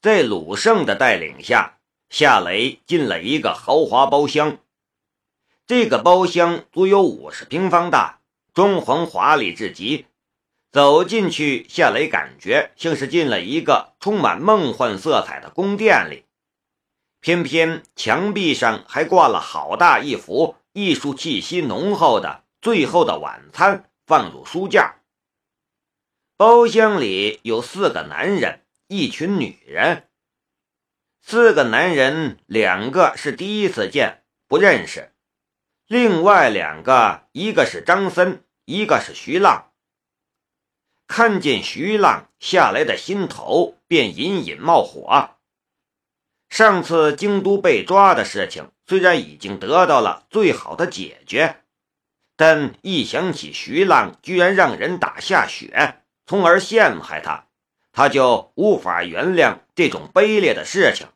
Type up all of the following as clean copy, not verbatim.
在鲁胜的带领下，夏雷进了一个豪华包厢。这个包厢足有50平方大，装潢华丽至极。走进去，夏雷感觉像是进了一个充满梦幻色彩的宫殿里。偏偏墙壁上还挂了好大一幅艺术气息浓厚的《最后的晚餐》放入书架。包厢里有4个男人，1群女人。4个男人，2个是第一次见，不认识，另外2个，一个是张森，一个是徐浪。看见徐浪，夏雷的心头便隐隐冒火。上次京都被抓的事情虽然已经得到了最好的解决，但一想起徐浪居然让人打下雪，从而陷害他就无法原谅这种卑劣的事情。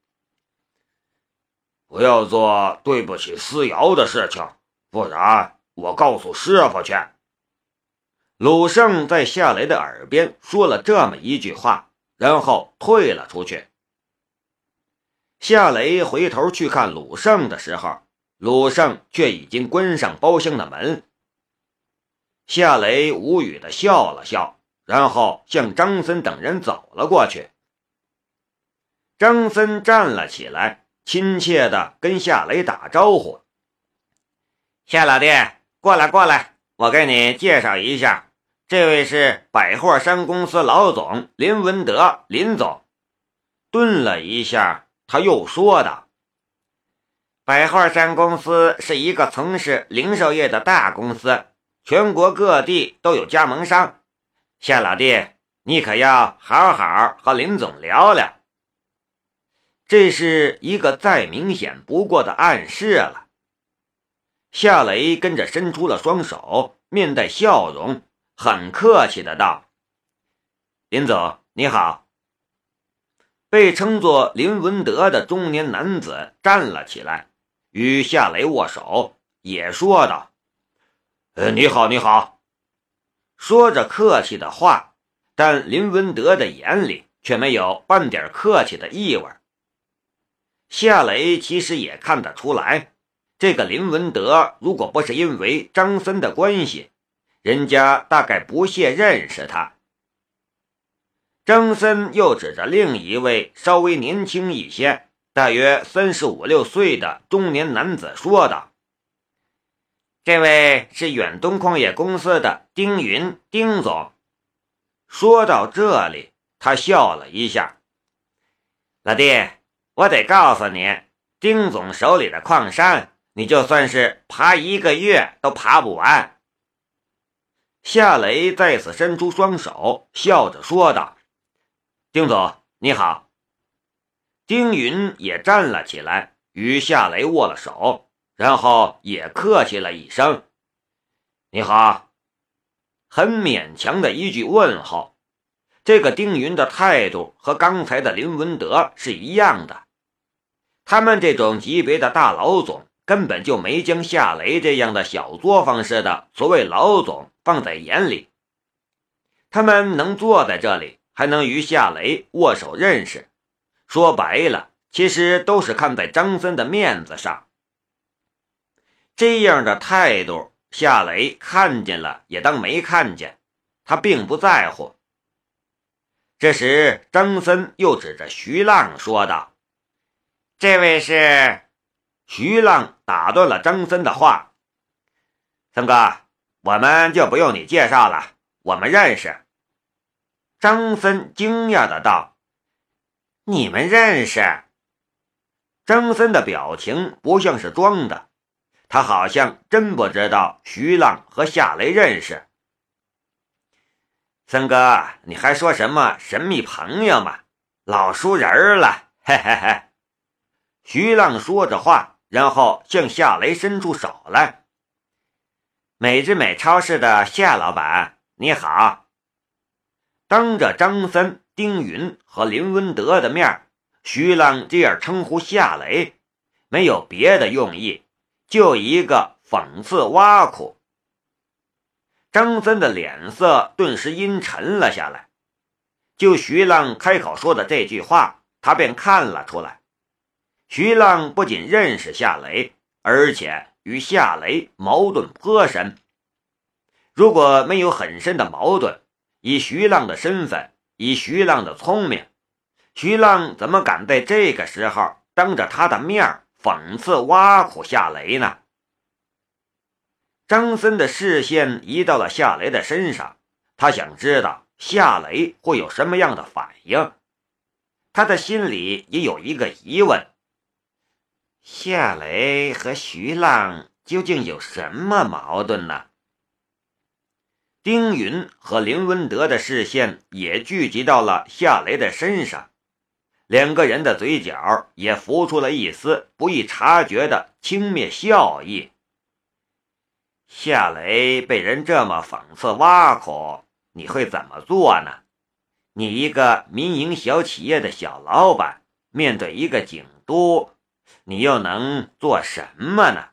不要做对不起思瑶的事情，不然我告诉师傅去。 鲁胜在夏雷的耳边说了这么一句话，然后退了出去。夏雷回头去看鲁胜的时候，鲁胜却已经关上包厢的门。夏雷无语地笑了笑，然后向张森等人走了过去。张森站了起来，亲切地跟夏雷打招呼：夏老弟，过来，我给你介绍一下，这位是百货商公司老总林文德，林总。顿了一下，他又说道：百货商公司是一个从事零售业的大公司，全国各地都有加盟商。夏老弟，你可要好好和林总聊聊。这是一个再明显不过的暗示了。夏雷跟着伸出了双手，面带笑容，很客气的道：林总你好。被称作林文德的中年男子站了起来，与夏雷握手，也说道： 你好。 说着客气的话，但林文德的眼里却没有半点客气的意味。夏雷其实也看得出来，这个林文德如果不是因为张森的关系，人家大概不屑认识他。张森又指着另一位稍微年轻一些，大约35、6岁的中年男子说道：这位是远东矿业公司的丁云，丁总。说到这里，他笑了一下：老弟，我得告诉你，丁总手里的矿山，你就算是爬1个月都爬不完。夏雷再次伸出双手，笑着说道：丁总你好。丁云也站了起来，与夏雷握了手，然后也客气了一声：你好。很勉强的一句问候。这个丁云的态度和刚才的林文德是一样的，他们这种级别的大老总根本就没将夏雷这样的小作坊似的所谓老总放在眼里。他们能坐在这里，还能与夏雷握手认识，说白了，其实都是看在张森的面子上。这样的态度，夏雷看见了也当没看见，他并不在乎。这时张森又指着徐浪说道：这位是……徐浪打断了张森的话：森哥，我们就不用你介绍了，我们认识。张森惊讶的道：你们认识？张森的表情不像是装的，他好像真不知道徐浪和夏雷认识。森哥，你还说什么神秘朋友吗？老熟人了，嘿嘿嘿。徐浪说着话，然后向夏雷伸出手来。美之美超市的夏老板，你好。当着张森、丁云和林文德的面，徐浪这样称呼夏雷，没有别的用意，就一个讽刺挖苦。张森的脸色顿时阴沉了下来。就徐浪开口说的这句话， 他便看了出来，徐浪不仅认识夏雷，而且与夏雷矛盾颇深。如果没有很深的矛盾，以徐浪的身份，以徐浪的聪明，徐浪怎么敢在这个时候当着他的面讽刺挖苦夏雷呢？张森的视线移到了夏雷的身上，他想知道夏雷会有什么样的反应。他的心里也有一个疑问：夏雷和徐浪究竟有什么矛盾呢？丁云和林文德的视线也聚集到了夏雷的身上，两个人的嘴角也浮出了一丝不易察觉的轻蔑笑意。夏雷被人这么讽刺挖苦，你会怎么做呢？你一个民营小企业的小老板，面对一个警督，你又能做什么呢？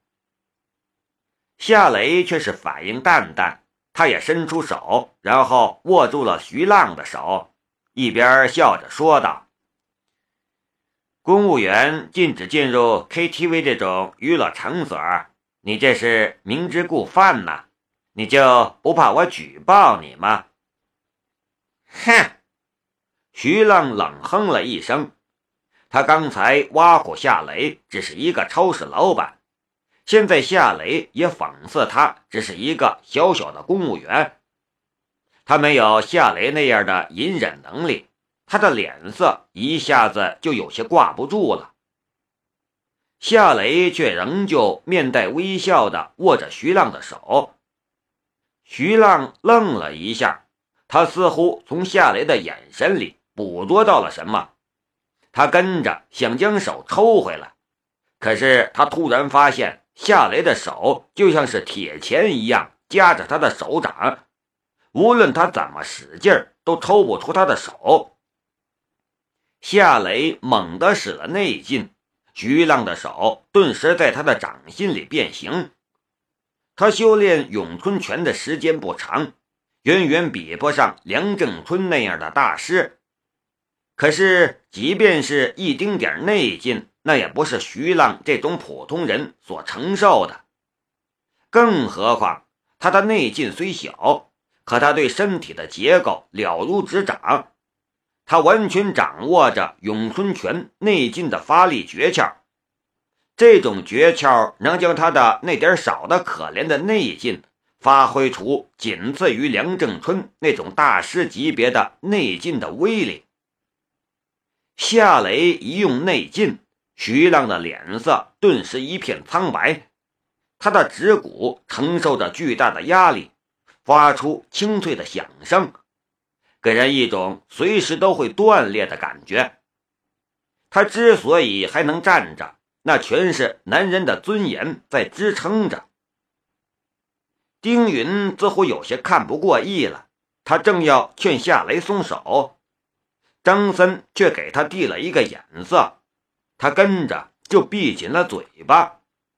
夏雷却是反应淡淡，他也伸出手，然后握住了徐浪的手，一边笑着说道：公务员禁止进入 KTV 这种娱乐场所，你这是明知故犯呐，你就不怕我举报你吗？哼！徐浪冷哼了一声，他刚才挖苦夏雷只是一个超市老板，现在夏雷也讽刺他只是一个小小的公务员。他没有夏雷那样的隐忍能力，他的脸色一下子就有些挂不住了。夏雷却仍旧面带微笑地握着徐浪的手。徐浪愣了一下，他似乎从夏雷的眼神里捕捉到了什么，他跟着想将手抽回来，可是他突然发现夏雷的手就像是铁钳一样夹着他的手掌，无论他怎么使劲都抽不出他的手。夏雷猛地使了内劲，徐浪的手顿时在他的掌心里变形。他修炼咏春拳的时间不长，远远比不上梁正春那样的大师，可是即便是一丁点内劲，那也不是徐浪这种普通人所承受的。更何况他的内劲虽小，可他对身体的结构了如指掌，他完全掌握着咏春拳内劲的发力诀窍，这种诀窍能将他的那点少的可怜的内劲发挥出仅次于梁正春那种大师级别的内劲的威力。夏雷一用内劲，徐浪的脸色顿时一片苍白，他的指骨承受着巨大的压力，发出清脆的响声，给人一种随时都会断裂的感觉。他之所以还能站着，那全是男人的尊严在支撑着。丁云似乎有些看不过意了，他正要劝夏雷松手，张森却给他递了一个眼色，他跟着就闭紧了嘴巴。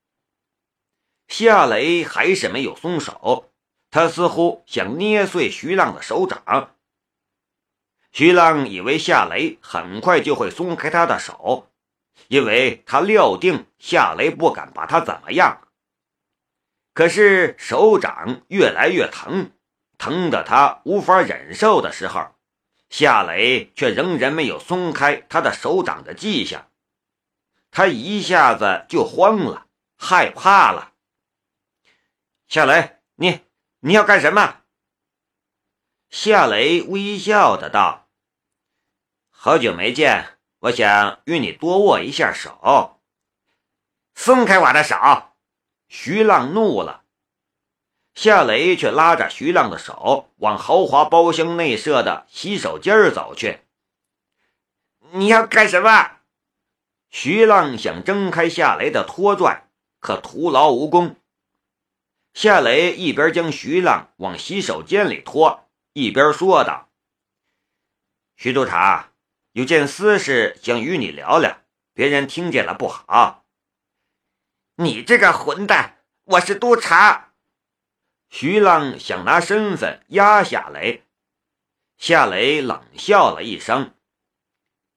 夏雷还是没有松手，他似乎想捏碎徐浪的手掌。徐浪以为夏雷很快就会松开他的手，因为他料定夏雷不敢把他怎么样。可是手掌越来越疼，疼得他无法忍受的时候，夏雷却仍然没有松开他的手掌的迹象。他一下子就慌了，害怕了。夏雷，你要干什么？夏雷微笑的道：好久没见，我想与你多握一下手。松开我的手！徐浪怒了。夏雷却拉着徐浪的手往豪华包厢内设的洗手间走去。你要干什么？徐浪想挣开夏雷的拖拽，可徒劳无功。夏雷一边将徐浪往洗手间里拖，一边说道：徐督察，有件私事想与你聊聊，别人听见了不好。你这个混蛋，我是督察！徐浪想拿身份压夏雷。夏雷冷笑了一声：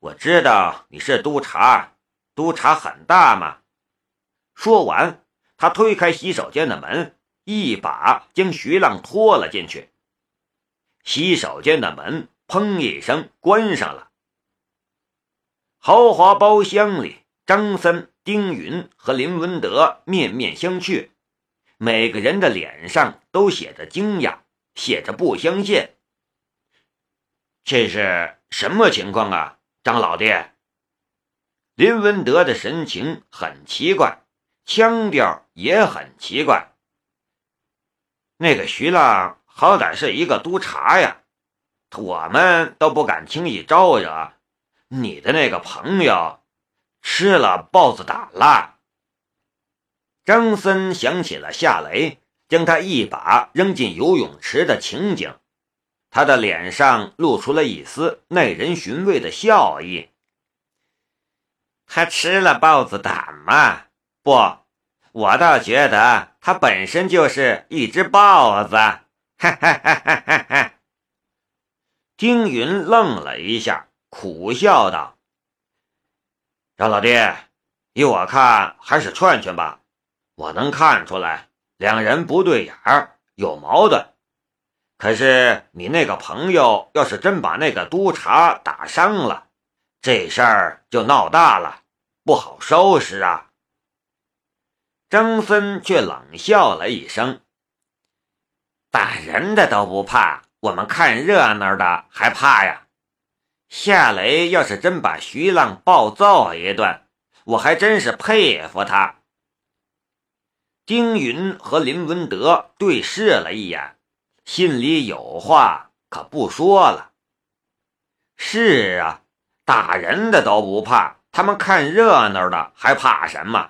我知道你是督察，督察很大嘛。说完，他推开洗手间的门，一把将徐浪拖了进去。洗手间的门砰一声关上了。豪华包厢里，张森、丁云和林文德面面相觑，每个人的脸上都写着惊讶，写着不相信。这是什么情况啊，张老弟？林文德的神情很奇怪，腔调也很奇怪。那个徐浪好歹是一个督察呀，我们都不敢轻易招惹，你的那个朋友吃了豹子胆了。张森想起了夏雷将他一把扔进游泳池的情景，他的脸上露出了一丝耐人寻味的笑意。他吃了豹子胆吗？不，我倒觉得他本身就是一只豹子。哈哈哈哈哈哈！丁云愣了一下，苦笑道：“张老弟，依我看还是劝劝吧。我能看出来，两人不对眼儿，有矛盾。可是你那个朋友要是真把那个督察打伤了，这事儿就闹大了，不好收拾啊。”张森却冷笑了一声：“打人的都不怕，我们看热闹的还怕呀。夏雷要是真把徐浪暴揍一顿，我还真是佩服他。”丁云和林文德对视了一眼，心里有话可不说了。是啊，打人的都不怕，他们看热闹的还怕什么？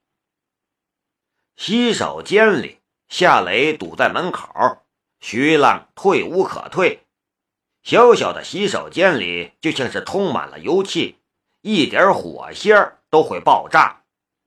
洗手间里，夏雷堵在门口，徐浪退无可退。小小的洗手间里就像是充满了油气，一点火星都会爆炸。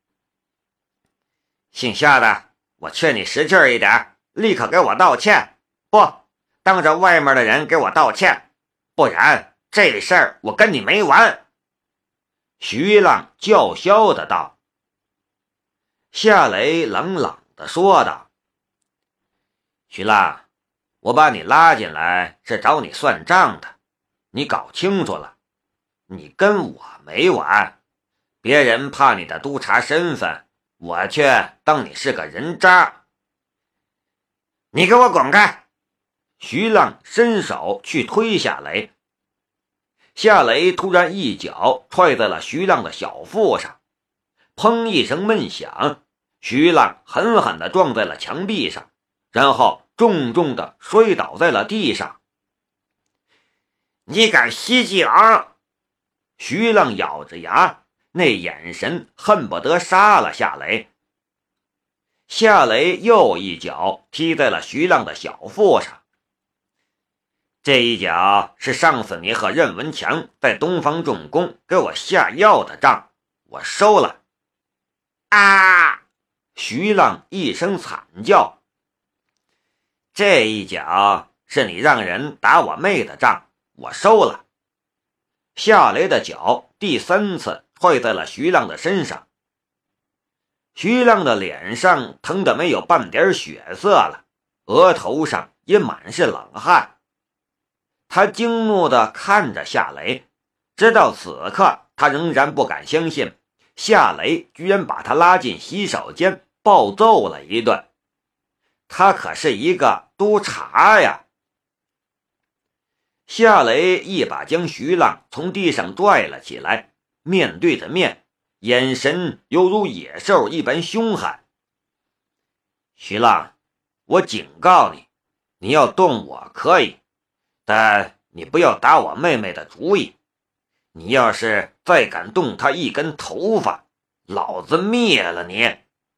姓夏的，我劝你识劲一点，立刻给我道歉，不，当着外面的人给我道歉，不然这事儿我跟你没完。徐浪叫嚣的道。夏雷冷冷的说道：“徐浪，我把你拉进来是找你算账的，你搞清楚了，你跟我没完。别人怕你的督察身份，我却当你是个人渣。你给我滚开！”徐浪伸手去推夏雷，夏雷突然一脚踹在了徐浪的小腹上，砰一声闷响，徐浪狠狠地撞在了墙壁上，然后重重地摔倒在了地上。你敢吸酒？徐浪咬着牙，那眼神恨不得杀了夏雷。夏雷又一脚踢在了徐浪的小腹上。这一脚是上次你和任文强在东方重工给我下药的账，我收了。啊！徐浪一声惨叫。这一脚是你让人打我妹的账，我收了。夏雷的脚第三次踹在了徐浪的身上。徐浪的脸上疼得没有半点血色了，额头上也满是冷汗。他惊怒地看着夏雷，直到此刻他仍然不敢相信夏雷居然把他拉进洗手间暴揍了一顿。他可是一个督察呀！夏雷一把将徐浪从地上拽了起来，面对着面，眼神犹如野兽一般凶悍。徐浪，我警告你，你要动我可以，但你不要打我妹妹的主意。你要是再敢动她一根头发，老子灭了你！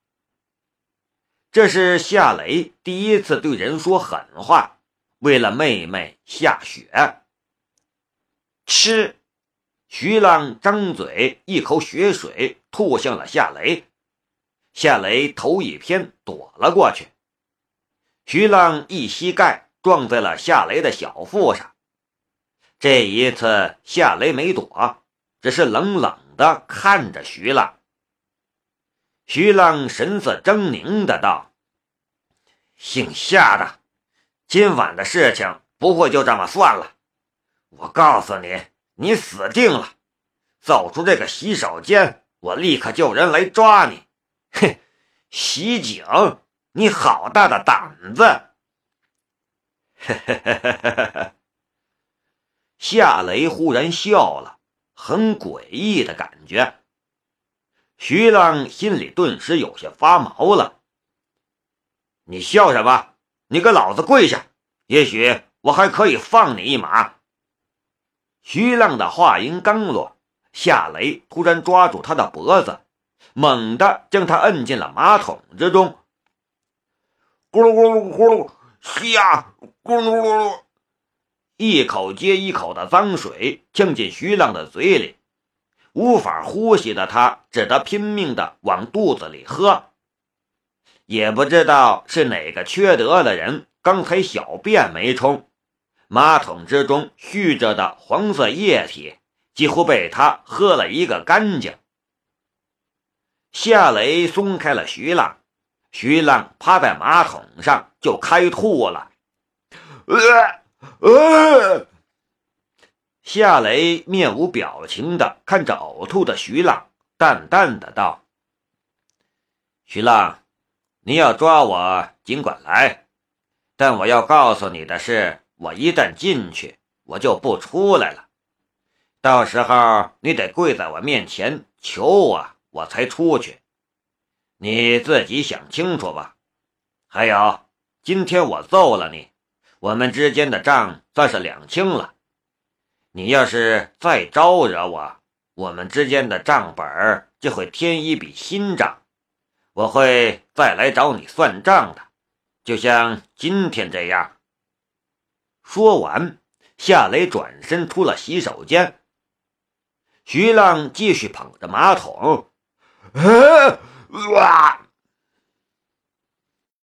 这是夏雷第一次对人说狠话，为了妹妹下血。吃！徐浪张嘴，一口血水吐向了夏雷。夏雷头一偏，躲了过去。徐浪一膝盖撞在了夏雷的小腹上。这一次夏雷没躲， 只是冷冷地看着徐浪。徐浪神色狰狞的道：“姓夏的，今晚的事情不会就这么算了。我告诉你，你死定了！走出这个洗手间，我立刻叫人来抓你。哼，袭警，你好大的胆子！”夏雷忽然笑了，很诡异的感觉。徐浪心里顿时有些发毛了。“你笑什么？你给老子跪下，也许我还可以放你一马。”徐浪的话音刚落，夏雷突然抓住他的脖子，猛地将他摁进了马桶之中。咕噜咕噜咕噜，夏，咕噜咕噜，一口接一口的脏水呛进徐浪的嘴里，无法呼吸的他只得拼命的往肚子里喝。也不知道是哪个缺德的人刚才小便没冲，马桶之中蓄着的黄色液体几乎被他喝了一个干净。夏雷松开了徐浪，徐浪趴在马桶上就开吐了。夏雷面无表情地看着呕吐的徐浪，淡淡的道：“徐浪，你要抓我尽管来，但我要告诉你的是，我一旦进去，我就不出来了。到时候你得跪在我面前求我才出去。你自己想清楚吧。还有，今天我揍了你，我们之间的账算是两清了。你要是再招惹我，我们之间的账本就会添一笔新账，我会再来找你算账的，就像今天这样。”说完，夏雷转身出了洗手间。徐浪继续捧着马桶，